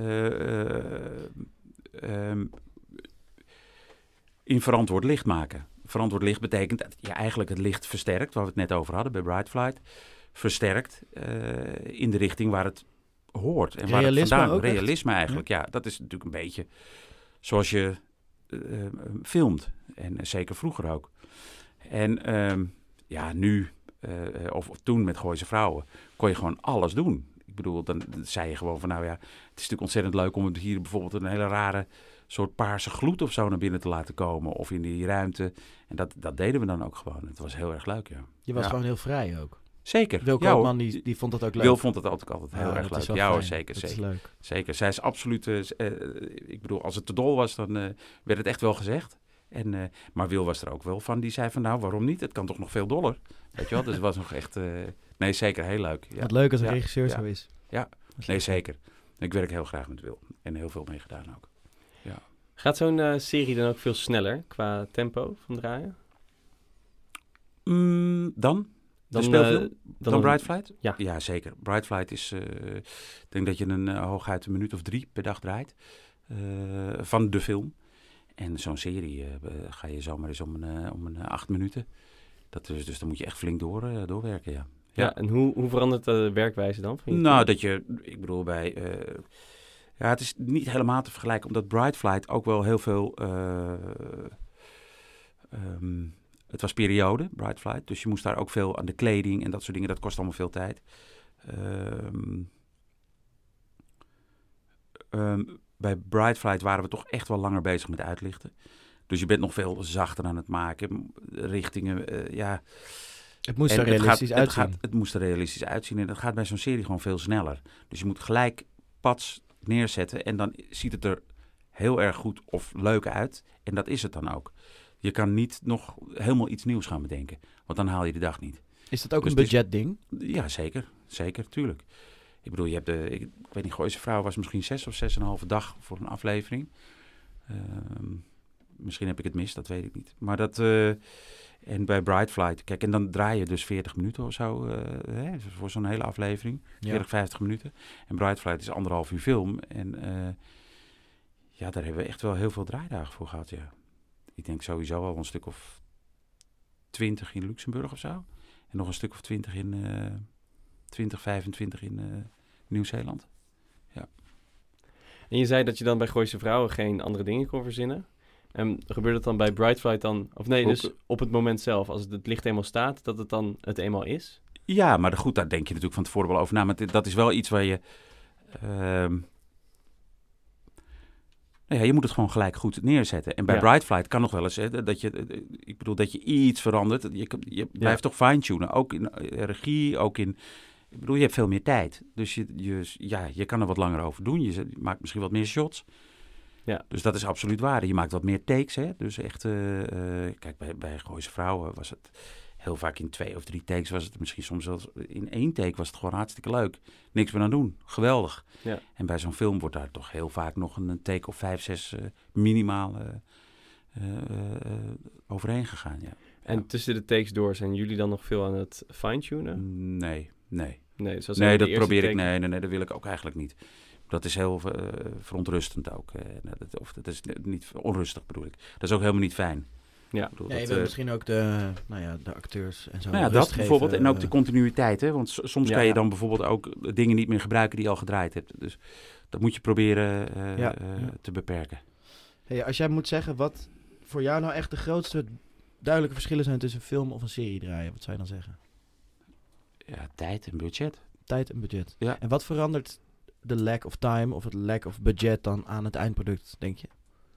in verantwoord licht maken. Verantwoord licht betekent dat je eigenlijk het licht versterkt, waar we het net over hadden bij Bright Flight, versterkt in de richting waar het hoort. En waar het vandaan komt. Realisme eigenlijk, ja. Dat is natuurlijk een beetje zoals je filmt. En zeker vroeger ook. En nu, of toen met Gooise Vrouwen, kon je gewoon alles doen. Ik bedoel, dan zei je gewoon van nou ja, het is natuurlijk ontzettend leuk om hier bijvoorbeeld een hele rare soort paarse gloed of zo naar binnen te laten komen. Of in die ruimte. En dat deden we dan ook gewoon. Het was heel erg leuk, ja. Je was gewoon heel vrij ook. Zeker. Wil Koopman, die vond dat ook leuk. Wil vond het altijd heel erg leuk. Ja hoor, zeker. Dat is leuk. Zeker. Zij is absoluut... ik bedoel, als het te dol was, dan werd het echt wel gezegd. Maar Wil was er ook wel van. Die zei van nou, waarom niet? Het kan toch nog veel doller. Weet je wel? Dus het was nog echt... nee, zeker. Heel leuk. Ja. Wat leuk als een regisseur zo is. Ja, nee, zeker. Ik werk heel graag met Wil. En heel veel mee gedaan ook. Ja. Gaat zo'n serie dan ook veel sneller qua tempo van draaien? Dan speelfilm? Dan Bright Flight? Ja. Ja, zeker. Bright Flight is... ik denk dat je hooguit een minuut of 3 per dag draait. Van de film. En zo'n serie ga je zomaar eens om een 8 minuten. Dus dan moet je echt flink doorwerken, ja. Ja, en hoe verandert de werkwijze dan? Ik bedoel het is niet helemaal te vergelijken, omdat Bright Flight ook wel heel veel... het was periode, Bright Flight, dus je moest daar ook veel aan de kleding en dat soort dingen. Dat kost allemaal veel tijd. Bij Bright Flight waren we toch echt wel langer bezig met uitlichten. Dus je bent nog veel zachter aan het maken. Richtingen, Het moest er realistisch uitzien. Het moest er realistisch uitzien. En dat gaat bij zo'n serie gewoon veel sneller. Dus je moet gelijk pads neerzetten. En dan ziet het er heel erg goed of leuk uit. En dat is het dan ook. Je kan niet nog helemaal iets nieuws gaan bedenken. Want dan haal je de dag niet. Is dat ook een budgetding? Ja, zeker. Zeker, tuurlijk. Ik bedoel, je hebt ik weet niet, Gooise Vrouw was misschien 6 of 6,5 dag voor een aflevering. Misschien heb ik het mis, dat weet ik niet. Maar dat... en bij Bright Flight, kijk, en dan draai je dus 40 minuten of zo voor zo'n hele aflevering. 40, 50 minuten. En Bright Flight is 1,5 uur film. En daar hebben we echt wel heel veel draaidagen voor gehad, ja. Ik denk sowieso al een stuk of 20 in Luxemburg of zo. En nog een stuk of 20 in 25 in Nieuw-Zeeland. Ja. En je zei dat je dan bij Gooise Vrouwen geen andere dingen kon verzinnen. En gebeurt het dan bij Bright Flight dan... Of nee, dus op het moment zelf, als het licht eenmaal staat, dat het dan het eenmaal is? Ja, maar goed, daar denk je natuurlijk van tevoren wel over na. Maar dat is wel iets waar je... je moet het gewoon gelijk goed neerzetten. En bij Bright Flight kan nog wel eens dat je iets verandert. Je blijft toch fine-tunen. Ook in regie, ook in... Ik bedoel, je hebt veel meer tijd. Dus je kan er wat langer over doen. Je maakt misschien wat meer shots. Ja. Dus dat is absoluut waar. Je maakt wat meer takes, hè. Dus echt... kijk, bij Gooise Vrouwen was het heel vaak in 2 of 3 takes. Was het misschien soms zelfs in 1 take was het gewoon hartstikke leuk. Niks meer aan doen. Geweldig. Ja. En bij zo'n film wordt daar toch heel vaak nog een take of 5, 6 minimaal overheen gegaan, ja. En tussen de takes door zijn jullie dan nog veel aan het fine-tunen? Nee. Dus dat probeer ik. Nee, dat wil ik ook eigenlijk niet. Dat is heel verontrustend ook. Dat is niet onrustig, bedoel ik. Dat is ook helemaal niet fijn. Ja, je wil misschien ook de acteurs en zo. Nou ja, dat bijvoorbeeld. En ook de continuïteit. Hè? Want soms kan je dan bijvoorbeeld ook dingen niet meer gebruiken die je al gedraaid hebt. Dus dat moet je proberen te beperken. Hey, als jij moet zeggen wat voor jou nou echt de grootste duidelijke verschillen zijn tussen een film of een serie draaien, wat zou je dan zeggen? Ja, tijd en budget. Tijd en budget. Ja. En wat verandert de lack of time of het lack of budget dan aan het eindproduct, denk je?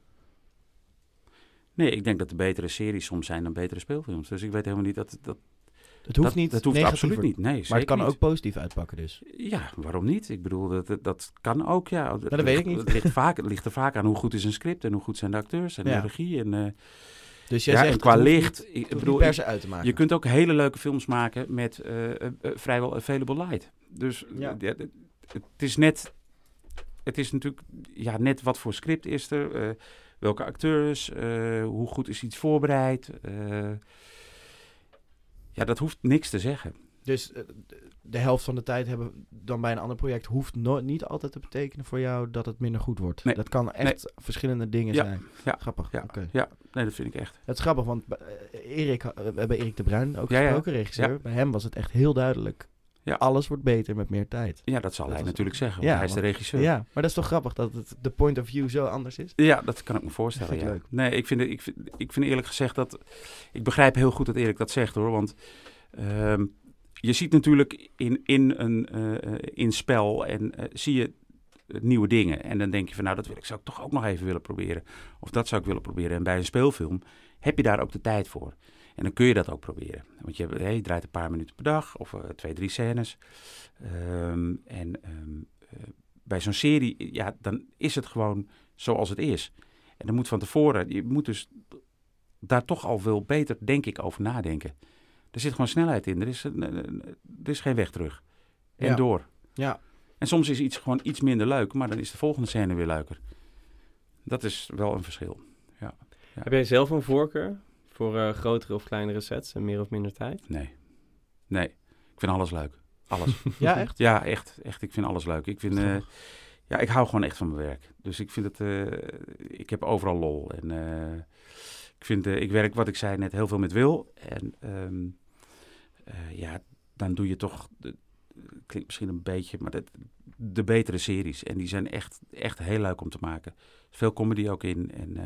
Nee, ik denk dat er betere series soms zijn dan betere speelfilms. Dus ik weet helemaal niet dat... Het hoeft niet. Dat hoeft absoluut niet. Nee, maar het kan niet. Ook positief uitpakken dus. Ja, waarom niet? Ik bedoel, dat kan ook, ja. Nou, dat weet ik niet. Het ligt er vaak aan hoe goed is een script en hoe goed zijn de acteurs en de regie. En, dus jij zegt, en qua licht... Ik bedoel, per se uit te maken. Je kunt ook hele leuke films maken met vrijwel available light. Dus het is net... Het is natuurlijk net wat voor script is er, welke acteurs, hoe goed is iets voorbereid. Dat hoeft niks te zeggen. Dus de helft van de tijd hebben dan bij een ander project hoeft niet altijd te betekenen voor jou dat het minder goed wordt. Nee. Dat kan echt verschillende dingen zijn. Ja. Grappig. Ja. Okay. Ja, nee, dat vind ik echt. Het is grappig, want we hebben Erik de Bruin ook gesproken, regisseur. Ja. Bij hem was het echt heel duidelijk. Ja. Alles wordt beter met meer tijd. Ja, dat zal hij natuurlijk zeggen, want hij is de regisseur. Ja, maar dat is toch grappig dat de point of view zo anders is? Ja, dat kan ik me voorstellen. Ja. Leuk. Nee, ik vind eerlijk gezegd dat... Ik begrijp heel goed dat Erik dat zegt, hoor. Want je ziet natuurlijk in spel en zie je nieuwe dingen. En dan denk je van, dat zou ik toch ook nog even willen proberen. Of dat zou ik willen proberen. En bij een speelfilm heb je daar ook de tijd voor. En dan kun je dat ook proberen. Want je draait een paar minuten per dag of 2, 3 scènes. Bij zo'n serie, dan is het gewoon zoals het is. En dan moet van tevoren, je moet dus daar toch al veel beter, denk ik, over nadenken. Er zit gewoon snelheid in. Er is geen weg terug. En door. Ja. En soms is iets gewoon iets minder leuk, maar dan is de volgende scène weer leuker. Dat is wel een verschil. Ja. Heb jij zelf een voorkeur voor grotere of kleinere sets en meer of minder tijd? Nee. Ik vind alles leuk. Alles. Ja, echt? Ja, echt. Ik vind alles leuk. Ik vind... ik hou gewoon echt van mijn werk. Dus ik vind het... ik heb overal lol. En ik werk, wat ik zei net, heel veel met Wil. En dan doe je toch... klinkt misschien een beetje, maar de betere series. En die zijn echt heel leuk om te maken. Veel comedy ook in. En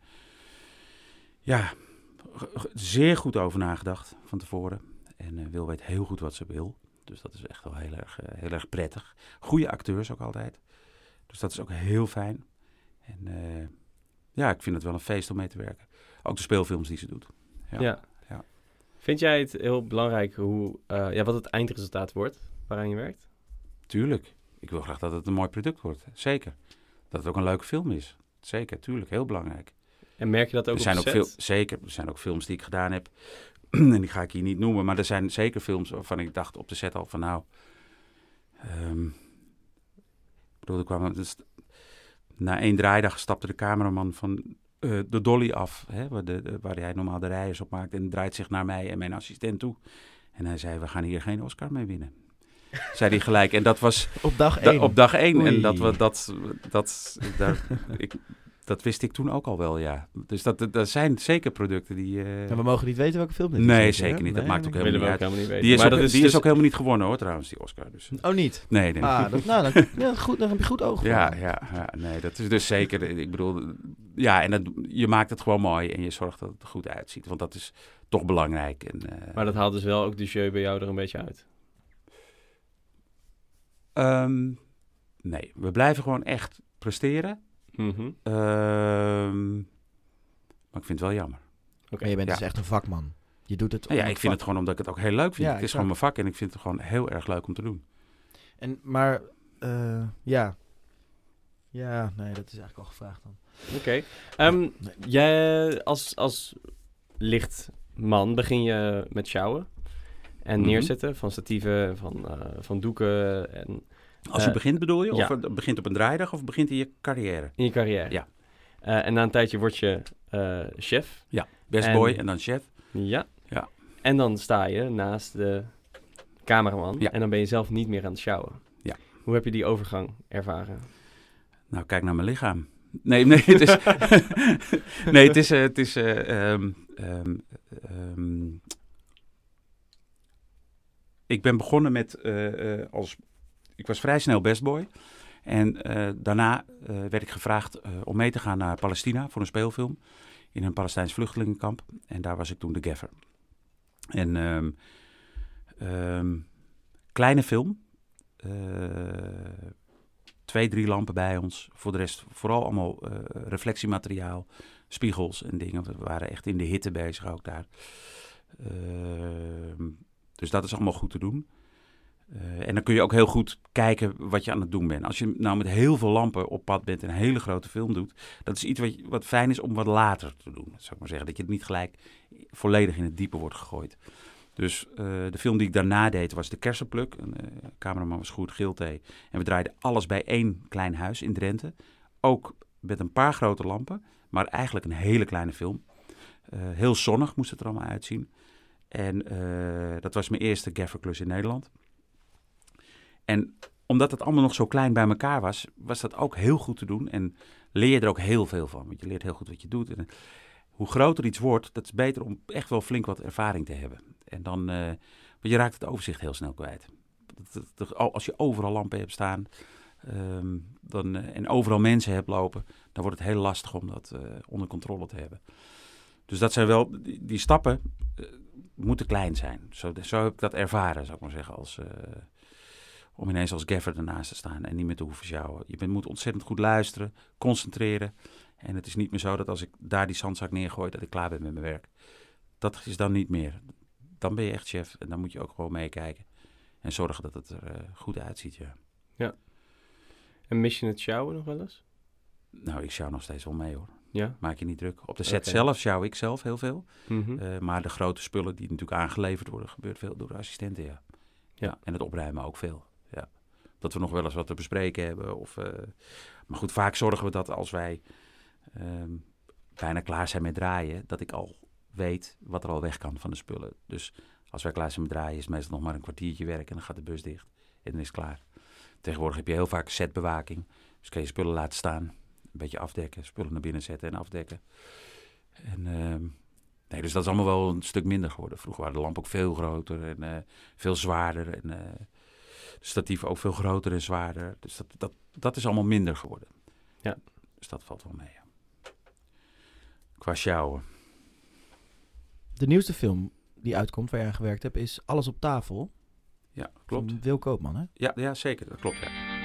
zeer goed over nagedacht van tevoren. En Wil weet heel goed wat ze wil. Dus dat is echt wel heel erg prettig. Goede acteurs ook altijd. Dus dat is ook heel fijn. En ik vind het wel een feest om mee te werken. Ook de speelfilms die ze doet. Ja. Vind jij het heel belangrijk wat het eindresultaat wordt waaraan je werkt? Tuurlijk. Ik wil graag dat het een mooi product wordt. Zeker. Dat het ook een leuke film is. Zeker, tuurlijk. Heel belangrijk. En merk je dat ook op set? Zeker. Er zijn ook films die ik gedaan heb. En die ga ik hier niet noemen. Maar er zijn zeker films waarvan ik dacht op de set al van nou... na 1 draaidag stapte de cameraman van de dolly af. Hè, waar hij normaal de rijders op maakt. En draait zich naar mij en mijn assistent toe. En hij zei, we gaan hier geen Oscar mee winnen. Zei hij gelijk. En dat was... Op dag 1? Op dag 1. Oei. En dat wist ik toen ook al wel, ja. Dus dat zijn zeker producten die... En we mogen niet weten welke film dit is. Nee, zeker niet. Dat maakt ook helemaal niet uit. Helemaal niet weten. Die is ook helemaal niet gewonnen, hoor, trouwens, die Oscar. Dus. Oh, niet? Nee. Dan heb je goed oog. Nee, dat is dus zeker... Ik bedoel, ja, en je maakt het gewoon mooi en je zorgt dat het er goed uitziet. Want dat is toch belangrijk. En, maar dat haalt dus wel ook de jeu bij jou er een beetje uit? Nee, we blijven gewoon echt presteren. Mm-hmm. Maar ik vind het wel jammer. Okay. Je bent dus echt een vakman. Je doet het. Ik vind het gewoon omdat ik het ook heel leuk vind. Ja, het is gewoon mijn vak en ik vind het gewoon heel erg leuk om te doen. Maar nee, dat is eigenlijk al gevraagd dan. Oké. Jij als lichtman begin je met sjouwen en neerzetten van statieven, van doeken en... Als je begint bedoel je? Ja. Of het begint op een draaidag of begint in je carrière? In je carrière. Ja. En na een tijdje word je chef. Ja, best boy en dan chef. Ja. Ja. En dan sta je naast de cameraman Ja. en dan ben je zelf niet meer aan het sjouwen. Ja. Hoe heb je die overgang ervaren? Nou, kijk naar mijn lichaam. Nee, het is... het is... ik ben begonnen met ik was vrij snel bestboy. En daarna werd ik gevraagd om mee te gaan naar Palestina voor een speelfilm. In een Palestijns vluchtelingenkamp. En daar was ik toen de gaffer. En kleine film. 2, 3 lampen bij ons. Voor de rest vooral allemaal reflectiemateriaal. Spiegels en dingen. We waren echt in de hitte bezig ook daar. Dus dat is allemaal goed te doen. En dan kun je ook heel goed kijken wat je aan het doen bent. Als je nou met heel veel lampen op pad bent en een hele grote film doet, dat is iets wat fijn is om wat later te doen. Zou ik maar zeggen. Dat je het niet gelijk volledig in het diepe wordt gegooid. Dus de film die ik daarna deed was De Kersenpluk. Een cameraman was Sjoerd Gilthee. En we draaiden alles bij 1 klein huis in Drenthe. Ook met een paar grote lampen, maar eigenlijk een hele kleine film. Heel zonnig moest het er allemaal uitzien. En dat was mijn eerste gafferklus in Nederland. En omdat het allemaal nog zo klein bij elkaar was, was dat ook heel goed te doen. En leer je er ook heel veel van. Want je leert heel goed wat je doet. En hoe groter iets wordt, dat is beter om echt wel flink wat ervaring te hebben. En dan, want je raakt het overzicht heel snel kwijt. Als je overal lampen hebt staan en overal mensen hebt lopen, dan wordt het heel lastig om dat onder controle te hebben. Dus dat zijn wel, die stappen moeten klein zijn. Zo heb ik dat ervaren, zou ik maar zeggen, om ineens als gaffer ernaast te staan en niet meer te hoeven sjouwen. Je moet ontzettend goed luisteren, concentreren. En het is niet meer zo dat als ik daar die zandzak neergooi, dat ik klaar ben met mijn werk. Dat is dan niet meer. Dan ben je echt chef en dan moet je ook gewoon meekijken. En zorgen dat het er goed uitziet, ja. En mis je het sjouwen nog wel eens? Nou, ik sjouw nog steeds wel mee, hoor. Ja? Maak je niet druk. Op de set zelf sjouw ik zelf heel veel. Mm-hmm. Maar de grote spullen die natuurlijk aangeleverd worden, gebeurt veel door de assistenten, ja. En het opruimen ook veel, ja. Dat we nog wel eens wat te bespreken hebben. Maar goed, vaak zorgen we dat als wij bijna klaar zijn met draaien, dat ik al weet wat er al weg kan van de spullen. Dus als wij klaar zijn met draaien, is het meestal nog maar een kwartiertje werken en dan gaat de bus dicht en dan is het klaar. Tegenwoordig heb je heel vaak setbewaking, dus kun je spullen laten staan, een beetje afdekken, spullen naar binnen zetten en afdekken. En dus dat is allemaal wel een stuk minder geworden. Vroeger waren de lampen ook veel groter en veel zwaarder en de statieven ook veel groter en zwaarder. Dus dat is allemaal minder geworden. Ja. Dus dat valt wel mee. Ja. Qua sjouwen. De nieuwste film die uitkomt, waar jij aan gewerkt hebt, is Alles op tafel. Ja, klopt. Van Wil Koopman, hè? Ja, zeker. Dat klopt, ja.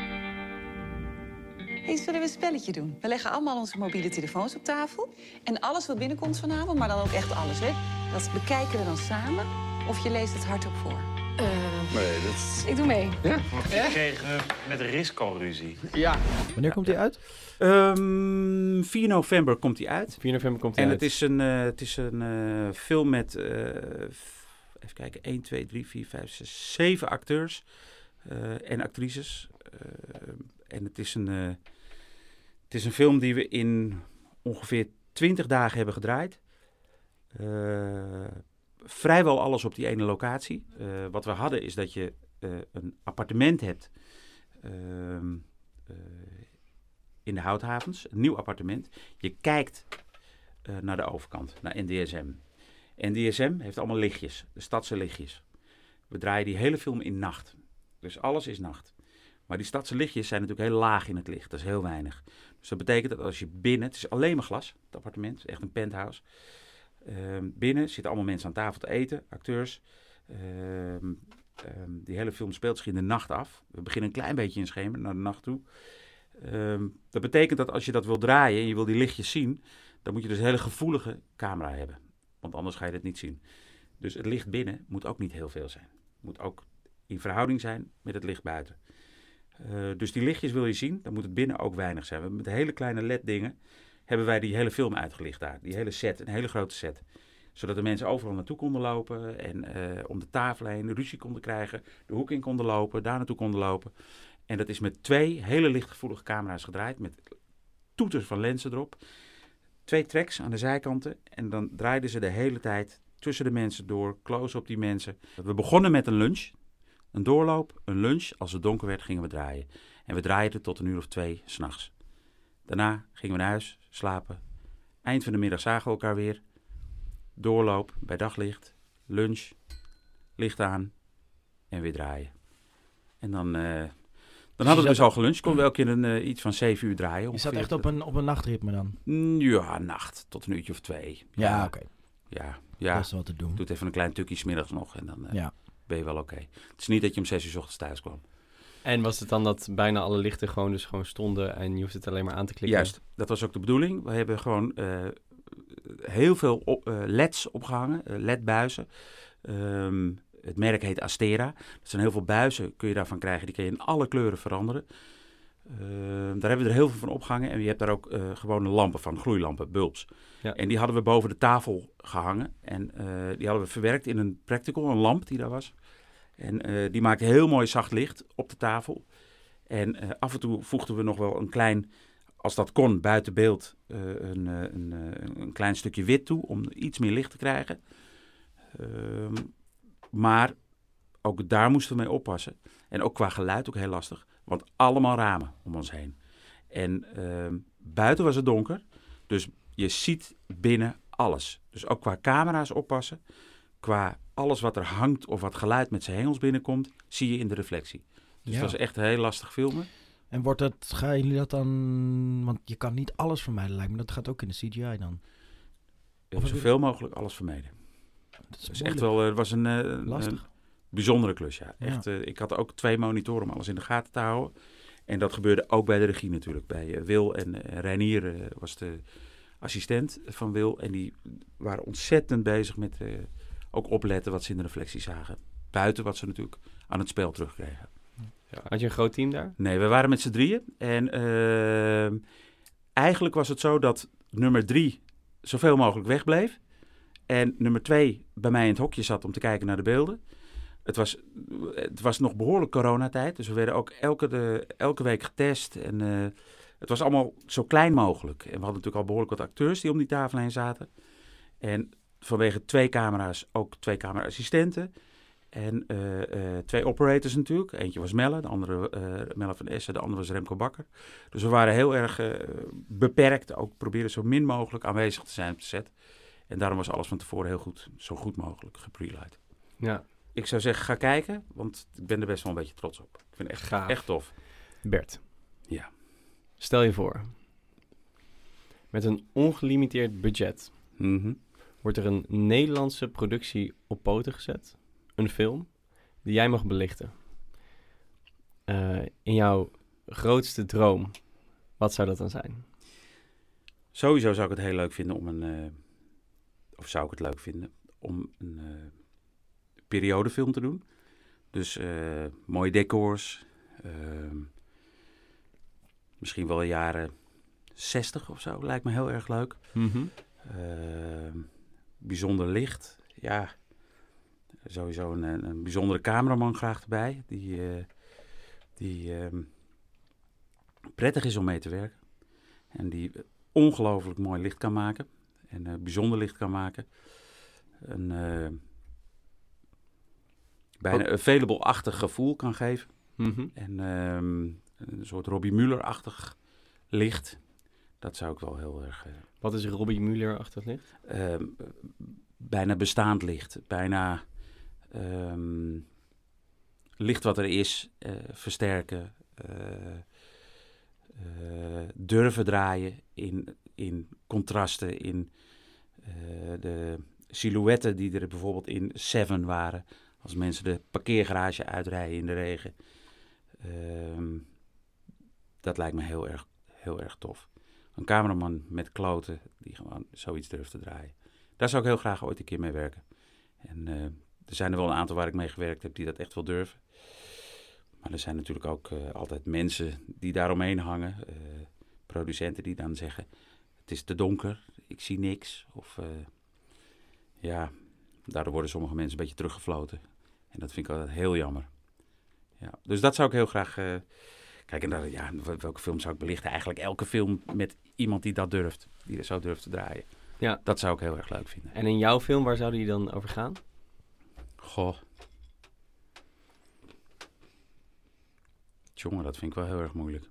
Hey, zullen we een spelletje doen? We leggen allemaal onze mobiele telefoons op tafel. En alles wat binnenkomt vanavond, maar dan ook echt alles, hè? Dat bekijken we dan samen. Of je leest het hardop voor. Nee, dat... Ik doe mee. Ja? Ik kreeg met Risco ruzie. Ja. Wanneer komt die uit? 4 november komt hij uit. 4 november komt hij en uit. Het is een film met, even kijken, 1, 2, 3, 4, 5, 6, 7 acteurs en actrices. En het is een film die we in ongeveer 20 dagen hebben gedraaid. Vrijwel alles op die ene locatie. Wat we hadden is dat je een appartement hebt in de Houthavens. Een nieuw appartement. Je kijkt naar de overkant, naar NDSM. NDSM heeft allemaal lichtjes, de stadse lichtjes. We draaien die hele film in nacht. Dus alles is nacht. Maar die stadse lichtjes zijn natuurlijk heel laag in het licht. Dat is heel weinig. Dus dat betekent dat als je binnen... Het is alleen maar glas, het appartement. Het is echt een penthouse. Binnen zitten allemaal mensen aan tafel te eten. Acteurs. Die hele film speelt zich in de nacht af. We beginnen een klein beetje in schemer naar de nacht toe. Dat betekent dat als je dat wil draaien en je wil die lichtjes zien... dan moet je dus een hele gevoelige camera hebben. Want anders ga je het niet zien. Dus het licht binnen moet ook niet heel veel zijn. Het moet ook in verhouding zijn met het licht buiten. Dus die lichtjes wil je zien, dan moet het binnen ook weinig zijn. We hebben met hele kleine LED-dingen hebben wij die hele film uitgelicht daar. Die hele set, een hele grote set. Zodat de mensen overal naartoe konden lopen en om de tafel heen ruzie konden krijgen. De hoek in konden lopen, daar naartoe konden lopen. En dat is met 2 hele lichtgevoelige camera's gedraaid. Met toeters van lenzen erop. 2 tracks aan de zijkanten. En dan draaiden ze de hele tijd tussen de mensen door. Close op die mensen. We begonnen met een lunch. Een doorloop, een lunch. Als het donker werd, gingen we draaien. En we draaiden tot 1 uur of 2 s'nachts. Daarna gingen we naar huis, slapen. Eind van de middag zagen we elkaar weer. Doorloop bij daglicht. Lunch. Licht aan. En weer draaien. En dan hadden we dus al geluncht. Konden we elke keer iets van 7 uur draaien. Je zat echt op een nachtritme dan? Ja, nacht. Tot 1 uurtje of 2. Ja, oké. Ja. Dat is wat te doen. Doet even een klein tukje 's middags nog. En dan ben je wel oké. Het is niet dat je om 6 uur 's ochtends thuis kwam. En was het dan dat bijna alle lichten gewoon stonden en je hoeft het alleen maar aan te klikken? Juist, dat was ook de bedoeling. We hebben gewoon heel veel LED's opgehangen, LED-buizen. Het merk heet Astera. Dat zijn heel veel buizen, kun je daarvan krijgen. Die kun je in alle kleuren veranderen. Daar hebben we er heel veel van opgehangen. En je hebt daar ook gewone lampen van, gloeilampen, bulbs. Ja. En die hadden we boven de tafel gehangen. En die hadden we verwerkt in een practical, een lamp die daar was. En die maakte heel mooi zacht licht op de tafel. En af en toe voegden we nog wel een klein, als dat kon, buiten beeld, een klein stukje wit toe. Om iets meer licht te krijgen. Maar ook daar moesten we mee oppassen. En ook qua geluid ook heel lastig. Want allemaal ramen om ons heen. En buiten was het donker. Dus je ziet binnen alles. Dus ook qua camera's oppassen. Qua alles wat er hangt of wat geluid met zijn hengels binnenkomt, zie je in de reflectie. Dus dat is echt heel lastig filmen. En gaan jullie dat dan... Want je kan niet alles vermijden, lijkt me. Dat gaat ook in de CGI dan. Zoveel mogelijk alles vermijden. Dat is echt wel... Het was een bijzondere klus, ja. Echt, ik had ook 2 monitoren om alles in de gaten te houden. En dat gebeurde ook bij de regie natuurlijk. Bij Wil en Reinier was de assistent van Wil. En die waren ontzettend bezig met ook opletten wat ze in de reflectie zagen. Buiten wat ze natuurlijk aan het spel terugkregen. Ja. Had je een groot team daar? Nee, we waren met z'n drieën. En eigenlijk was het zo dat nummer 3 zoveel mogelijk wegbleef. En nummer 2 bij mij in het hokje zat om te kijken naar de beelden. Het was nog behoorlijk coronatijd. Dus we werden ook elke week getest. En het was allemaal zo klein mogelijk. En we hadden natuurlijk al behoorlijk wat acteurs die om die tafel heen zaten. En vanwege 2 camera's ook 2 camera-assistenten. En 2 operators natuurlijk. Eentje was Melle, de andere Melle van Essen, de andere was Remco Bakker. Dus we waren heel erg beperkt. Ook proberen zo min mogelijk aanwezig te zijn op de set. En daarom was alles van tevoren heel goed, zo goed mogelijk geprelight. Ja. Ik zou zeggen, ga kijken, want ik ben er best wel een beetje trots op. Ik vind het echt tof. Bert. Ja. Stel je voor, met een ongelimiteerd budget wordt er een Nederlandse productie op poten gezet. Een film die jij mag belichten. In jouw grootste droom, wat zou dat dan zijn? Sowieso zou ik het heel leuk vinden om een periodefilm te doen. Dus mooie decors. Misschien wel jaren 60 of zo. Lijkt me heel erg leuk. Bijzonder licht. Ja, sowieso een bijzondere cameraman graag erbij. Die prettig is om mee te werken. En die ongelooflijk mooi licht kan maken. En bijzonder licht kan maken. Bijna available-achtig gevoel kan geven. En een soort Robbie Mueller-achtig licht. Dat zou ik wel heel erg... Wat is Robbie Mueller-achtig licht? Bijna bestaand licht. Bijna licht wat er is. Versterken. Durven draaien in contrasten. In de silhouetten die er bijvoorbeeld in Seven waren. Als mensen de parkeergarage uitrijden in de regen. Dat lijkt me heel erg tof. Een cameraman met kloten die gewoon zoiets durft te draaien. Daar zou ik heel graag ooit een keer mee werken. En er zijn er wel een aantal waar ik mee gewerkt heb die dat echt wel durven. Maar er zijn natuurlijk ook altijd mensen die daaromheen hangen. Producenten die dan zeggen, het is te donker, ik zie niks. Of daardoor worden sommige mensen een beetje teruggefloten. En dat vind ik altijd heel jammer. Ja, dus dat zou ik heel graag... Kijk, en welke film zou ik belichten? Eigenlijk elke film met iemand die dat durft. Die er zo durft te draaien. Ja. Dat zou ik heel erg leuk vinden. En in jouw film, waar zou die dan over gaan? Goh. Jongen, dat vind ik wel heel erg moeilijk.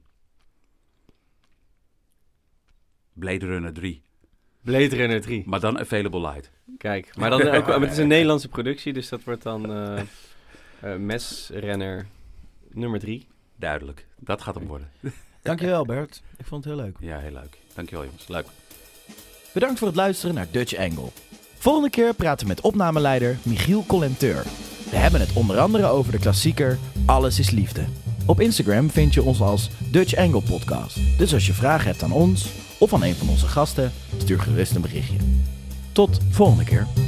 Blade Runner 3. Blade Runner 3. Maar dan Available Light. Kijk, maar dan ook, het is een Nederlandse productie, dus dat wordt dan Mesrenner nummer 3. Duidelijk, dat gaat hem worden. Dankjewel Bert, ik vond het heel leuk. Ja, heel leuk. Dankjewel jongens, leuk. Bedankt voor het luisteren naar Dutch Angle. Volgende keer praten we met opnameleider Michiel Collenteur. We hebben het onder andere over de klassieker Alles is Liefde. Op Instagram vind je ons als Dutch Angle Podcast. Dus als je vragen hebt aan ons of aan een van onze gasten, stuur gerust een berichtje. Tot volgende keer.